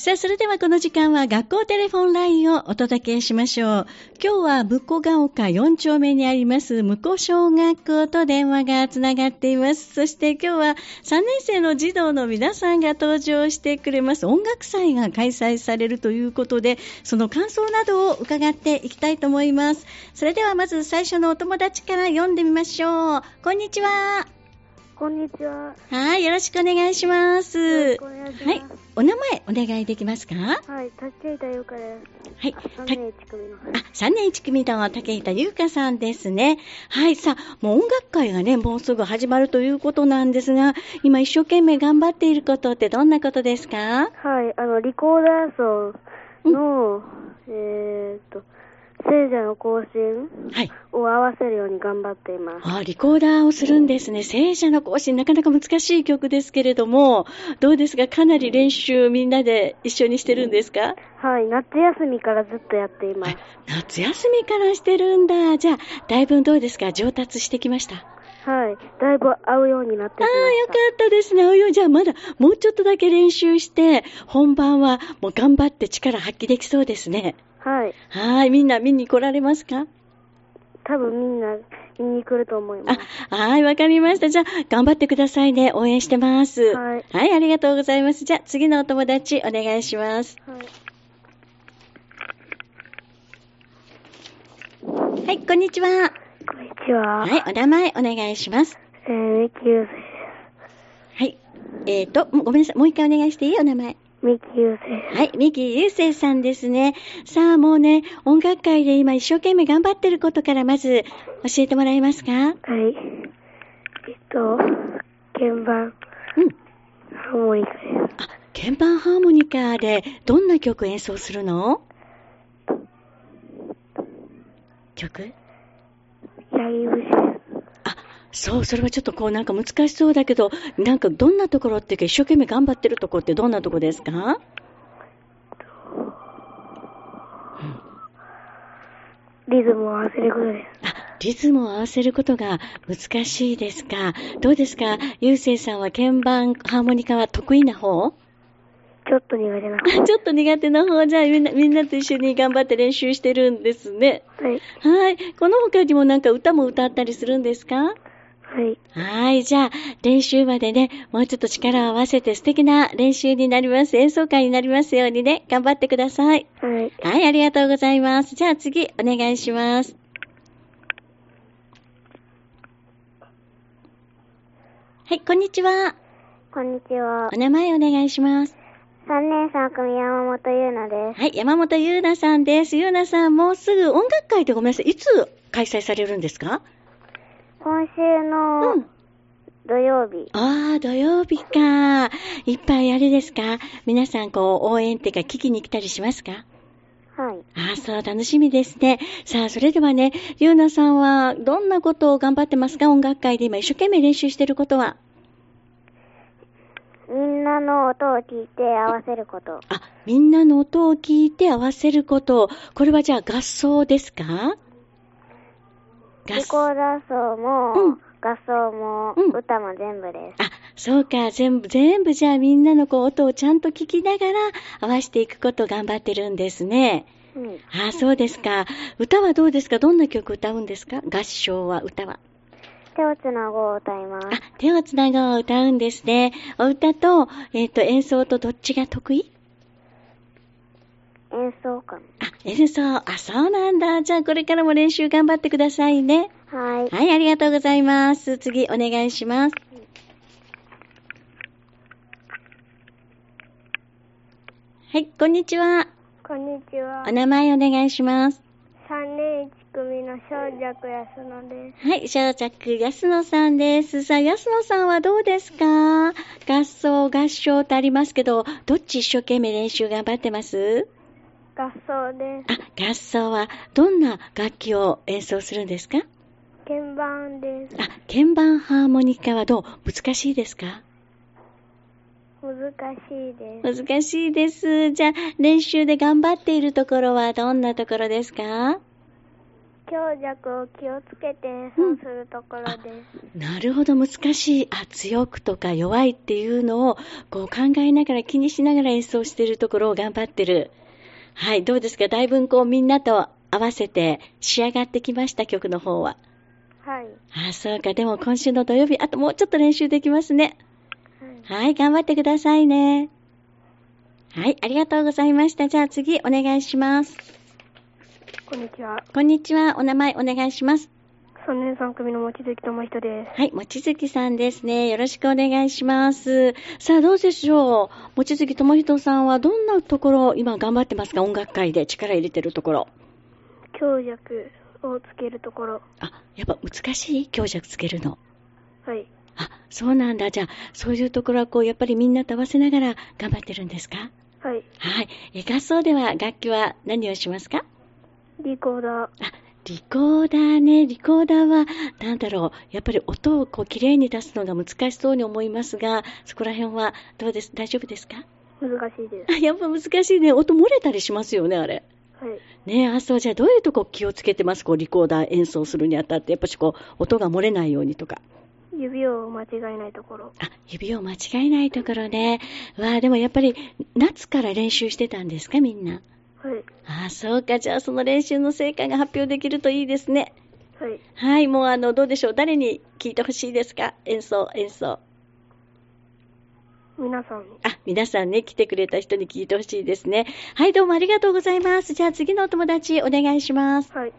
さあ、それではこの時間は学校テレフォンラインをお届けしましょう。今日は向ヶ丘4丁目にあります向こう小学校と電話がつながっています。そして今日は3年生の児童の皆さんが登場してくれます。音楽祭が開催されるということで、その感想などを伺っていきたいと思います。それではまず最初のお友達から読んでみましょう。こんにちは。 こんにちは。 はい、よろしくお願いします。 よろしくお願いします。 はい、お名前お願いできますか？ はい、竹板優香です。 はい、 3年1組の。 3年1組の竹板優香さんですね。はい、さあ、もう音楽会がね、もうすぐ始まるということなんですが、今一生懸命頑張っていることってどんなことですか？ はい、リコーダー奏の、聖者の行進を合わせるように頑張っています。 リコーダーをするんですね。聖者の行進、なかなか難しい曲ですけれども、どうですか？かなり練習みんなで一緒にしてるんですか？ はい、夏休みからずっとやっています。 夏休みからしてるんだ。じゃあ、だいぶどうですか？上達してきました？ はい、だいぶ合うようになってきました。 よかったですね。じゃあまだもうちょっとだけ練習して、本番はもう頑張って力発揮できそうですね。 はい。 みんな見に来られますか？ 多分みんな見に来ると思います。 はい、わかりました。じゃあ頑張ってくださいね。応援してます。 はい。 はい、ありがとうございます。じゃあ次のお友達お願いします。はい、こんにちは。 こんにちは。 はい、お名前お願いします。 三木優生です。 はい。ごめんなさい。もう一回お願いしていい？お名前。 三木優生。 はい、三木優生さんですね。さあ、もうね、音楽会で今一生懸命頑張ってることからまず教えてもらえますか？ はい。鍵盤、ハーモニカです。 鍵盤ハーモニカでどんな曲演奏するの？曲？ 八木節。 そう、それはちょっとなんか難しそうだけど、なんかどんなところっていうか一生懸命頑張ってるところってどんなところですか？ リズムを合わせることです。 リズムを合わせることが難しいですか？どうですか？ゆうせいさんは鍵盤ハーモニカは得意な方？ ちょっと苦手な方。 ちょっと苦手な方。じゃあみんなと一緒に頑張って練習してるんですね。 はい。 この他にもなんか歌も歌ったりするんですか？ はい。 じゃあ練習までね、もうちょっと力を合わせて素敵な練習になります。演奏会になりますようにね、頑張ってください。はい、ありがとうございます。じゃあ次お願いします。はい、こんにちは。 こんにちは。 お名前お願いします。 3年3組山本優奈です。 はい、山本優奈さんです。優奈さん、もうすぐ音楽会でごめんなさい。いつ開催されるんですか？ 今週の土曜日。 土曜日か。いっぱいあれですか？皆さん応援っていうか聞きに来たりしますか？ はい。 そう、楽しみですね。さあ、それではね、優奈さんはどんなことを頑張ってますか？音楽会で今一生懸命練習していることは。 みんなの音を聞いて合わせること。 みんなの音を聞いて合わせること。これはじゃあ合奏ですか？ リコーダー奏も、合奏も、歌も全部です。 そうか、全部じゃあみんなの音をちゃんと聞きながら合わせていくことを頑張ってるんですね。そうですか。歌はどうですか？どんな曲歌うんですか？合唱は、歌は。 手をつなごうを歌います。 手をつなごうを歌うんですね。お歌と、演奏とどっちが得意？ 演奏かな。 演奏。そうなんだ。じゃあこれからも練習頑張ってくださいね。 はい。 はい、ありがとうございます。次お願いします。はい、こんにちは。 こんにちは。 お名前お願いします。 3年1組の小尺安野です。 はい、小尺安野さんです。さあ、安野さんはどうですか？合奏、合唱ってありますけど、どっち一生懸命練習頑張ってます？ 合奏です。 合奏はどんな楽器を演奏するんですか？ 鍵盤です。 鍵盤ハーモニカはどう？難しいですか？ 難しいです。 難しいです。じゃあ、練習で頑張っているところはどんなところですか？ 強弱を気をつけて演奏するところです。 なるほど、難しい。強くとか弱いっていうのをこう考えながら気にしながら演奏しているところを頑張ってる。はい、どうですか？だいぶこうみんなと合わせて仕上がってきました、曲の方は。 はい。 そうか。でも今週の土曜日、あともうちょっと練習できますね。はい、頑張ってくださいね。はい、ありがとうございました。じゃあ次お願いします。 こんにちは。 こんにちは。お名前お願いします。 3年3組の望月智人です。 はい、望月さんですね。よろしくお願いします。さあ、どうでしょう。望月智人さんはどんなところ今頑張ってますか？音楽界で力入れてるところ。 強弱をつけるところ。 やっぱ難しい？強弱つけるの。 はい。 そうなんだ。じゃあ、そういうところはこうやっぱりみんなと合わせながら頑張ってるんですか？ はい。 はい。合奏では楽器は何をしますか？ リコーダー。 リコーダーね。リコーダーはなんだろう。やっぱり音をこう綺麗に出すのが難しそうに思いますが、そこら辺はどうです？大丈夫ですか？ 難しいです。 やっぱ難しいね。音漏れたりしますよね、あれ。 はい。 ね。そう、じゃあどういうとこ気をつけてます？こうリコーダー演奏するにあたって、やっぱしこう音が漏れないようにとか。 指を間違えないところ。 指を間違えないところね。でもやっぱり夏から練習してたんですか、みんな。 はい。 そうか。じゃあその練習の成果が発表できるといいですね。 はい。 はい。もうどうでしょう。誰に聞いてほしいですか？演奏。 皆さんに。 皆さんね、来てくれた人に聞いてほしいですね。はい、どうもありがとうございます。じゃあ次のお友達お願いします。 はい。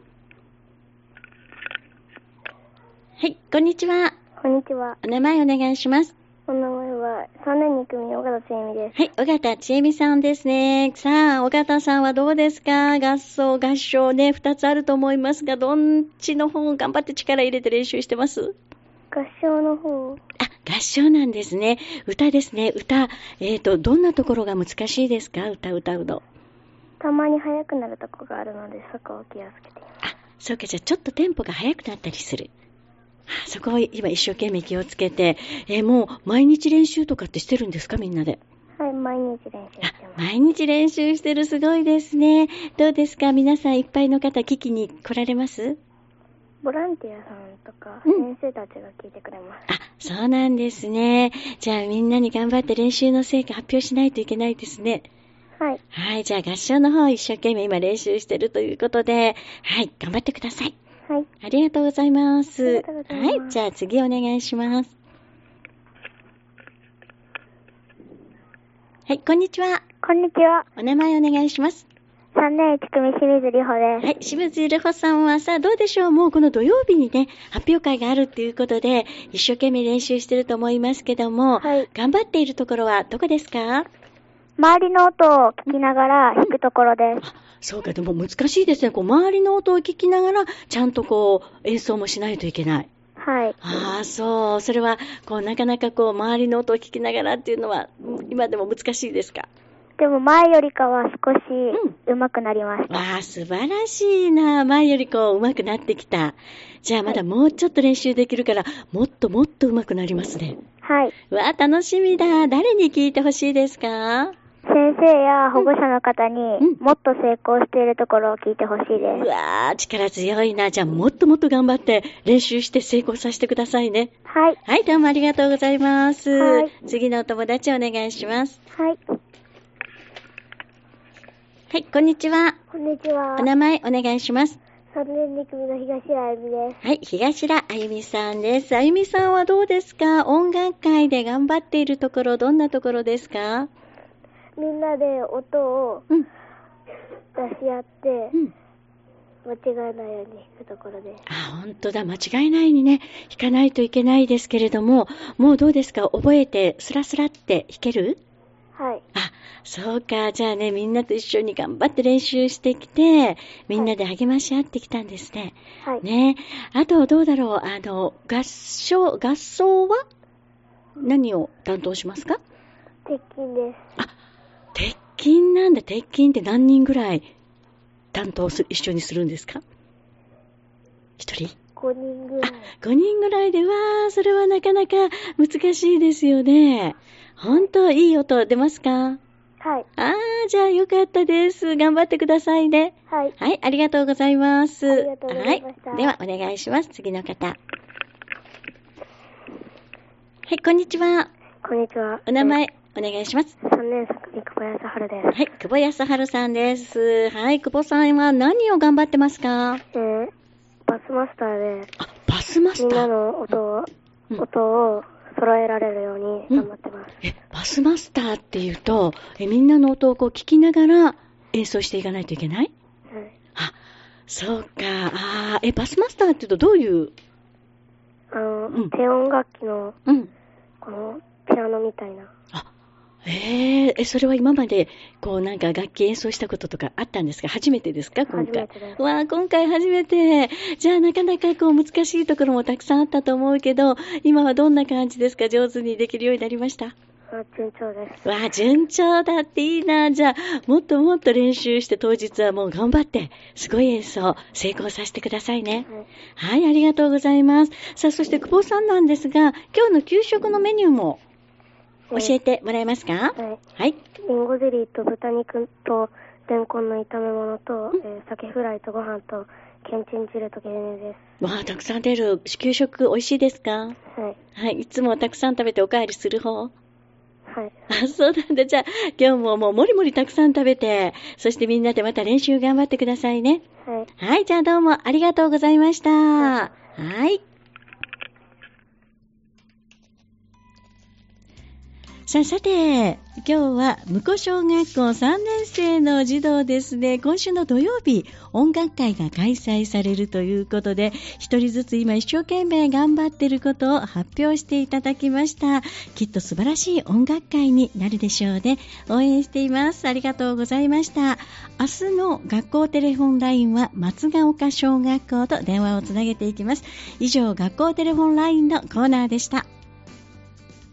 はい、こんにちは。 こんにちは。 お名前お願いします。 お名前は3年2組の尾形千恵美です。 はい、尾形千恵美さんですね。さあ、尾形さんはどうですか？合奏、合唱ね、2つあると思いますが、どっちの方頑張って力入れて練習してます？ 合唱の方。 合唱なんですね。歌ですね。歌、どんなところが難しいですか？歌うの。 たまに速くなるところがあるので、そこを気をつけています。 そうか。じゃあちょっとテンポが速くなったりする。そこを今一生懸命気をつけて、もう毎日練習とかってしてるんですか？みんなで。 はい、毎日練習してます。 毎日練習してる。すごいですね。どうですか？皆さんいっぱいの方聞きに来られます？ ボランティアさんとか先生たちが聞いてくれます。 そうなんですね。じゃあみんなに頑張って練習の成果発表しないといけないですね。 はい。 はい、じゃあ合唱の方一生懸命今練習してるということで、はい、頑張ってください。 はい。 ありがとうございます。 ありがとうございます。 はい、じゃあ次お願いします。はい、こんにちは。 こんにちは。 お名前お願いします。 3年1組清水里穂です。 はい、清水里穂さんはさ、どうでしょう？もうこの土曜日にね、発表会があるっていうことで、一生懸命練習してると思いますけども、 はい。 頑張っているところはどこですか？ 周りの音を聞きながら弾くところです。 そうか。でも難しいですね。こう周りの音を聞きながら、ちゃんとこう演奏もしないといけない。 はい。 そう。それはこうなかなかこう周りの音を聞きながらっていうのは今でも難しいですか？ でも前よりかは少し上手くなりました。 素晴らしいな。前よりこう上手くなってきた。じゃあまだもうちょっと練習できるから、もっともっと上手くなりますね。 はい。 楽しみだ。誰に聞いてほしいですか？ 先生や保護者の方にもっと成功しているところを聞いてほしいです。 力強いな。じゃあもっともっと頑張って練習して成功させてくださいね。 はい。 はい、どうもありがとうございます。 はい。 次のお友達お願いします。 はい。 はい、こんにちは。 こんにちは。 お名前お願いします。 3年2組の東あゆみです。 はい、東あゆみさんです。あゆみさんはどうですか？音楽会で頑張っているところ、どんなところですか？ みんなで音を出し合って、間違えないように弾くところです。 本当だ。間違えないにね、弾かないといけないですけれども、もうどうですか？覚えてスラスラって弾ける？ はい。 そうか。じゃあね、みんなと一緒に頑張って練習してきて、みんなで励まし合ってきたんですね。 はい。 ね。あとどうだろう？合奏は何を担当しますか？ 鉄筋です。 鉄筋なんだ。鉄筋って何人ぐらい一緒にするんですか？1人 ？5人ぐらい。 5人ぐらいで、それはなかなか難しいですよね。本当いい音出ますか？ はい。 じゃあよかったです。頑張ってくださいね。 はい。 はい、ありがとうございます。 ありがとうございました。 はい、ではお願いします。次の方。はい、こんにちは。 こんにちは。 お名前お願いします。 3年生組久保康春です。 はい、久保康春さんです。はい、久保さんは何を頑張ってますか？ バスマスターで、 バスマスター。 みんなの音を揃えられるように頑張ってます。 バスマスターっていうと、みんなの音をこう聞きながら演奏していかないといけない？ はい。 あ、そうか。バスマスターっていうとどういう？ 低音楽器の、このピアノみたいな。 それは今までこうなんか楽器演奏したこととかあったんですか？初めてですか？今回。 初めてです。 今回初めて。じゃあなかなかこう難しいところもたくさんあったと思うけど、今はどんな感じですか？上手にできるようになりました？ 順調です。 順調だっていいな。じゃあもっともっと練習して当日はもう頑張ってすごい演奏成功させてくださいね。はい、ありがとうございます。さあ、そして久保さんなんですが、今日の給食のメニューも教えてもらえますか？はい。 リンゴゼリーと豚肉とレンコンの炒め物と、鮭フライとご飯とけんちん汁と牛乳です。 たくさん出る。給食美味しいですか？ はい。 はい。いつもたくさん食べておかわりする方？ はい。 そうなんだ。じゃあ今日ももうもりもりたくさん食べて、そしてみんなでまた練習頑張ってくださいね。 はい。 はい。じゃあどうもありがとうございました。はい。さて、今日は向小学校3年生の児童ですね。今週の土曜日、音楽会が開催されるということで、一人ずつ今一生懸命頑張っていることを発表していただきました。きっと素晴らしい音楽会になるでしょうね。応援しています。ありがとうございました。明日の学校テレフォンラインは松ヶ丘小学校と電話をつなげていきます。以上、学校テレフォンラインのコーナーでした。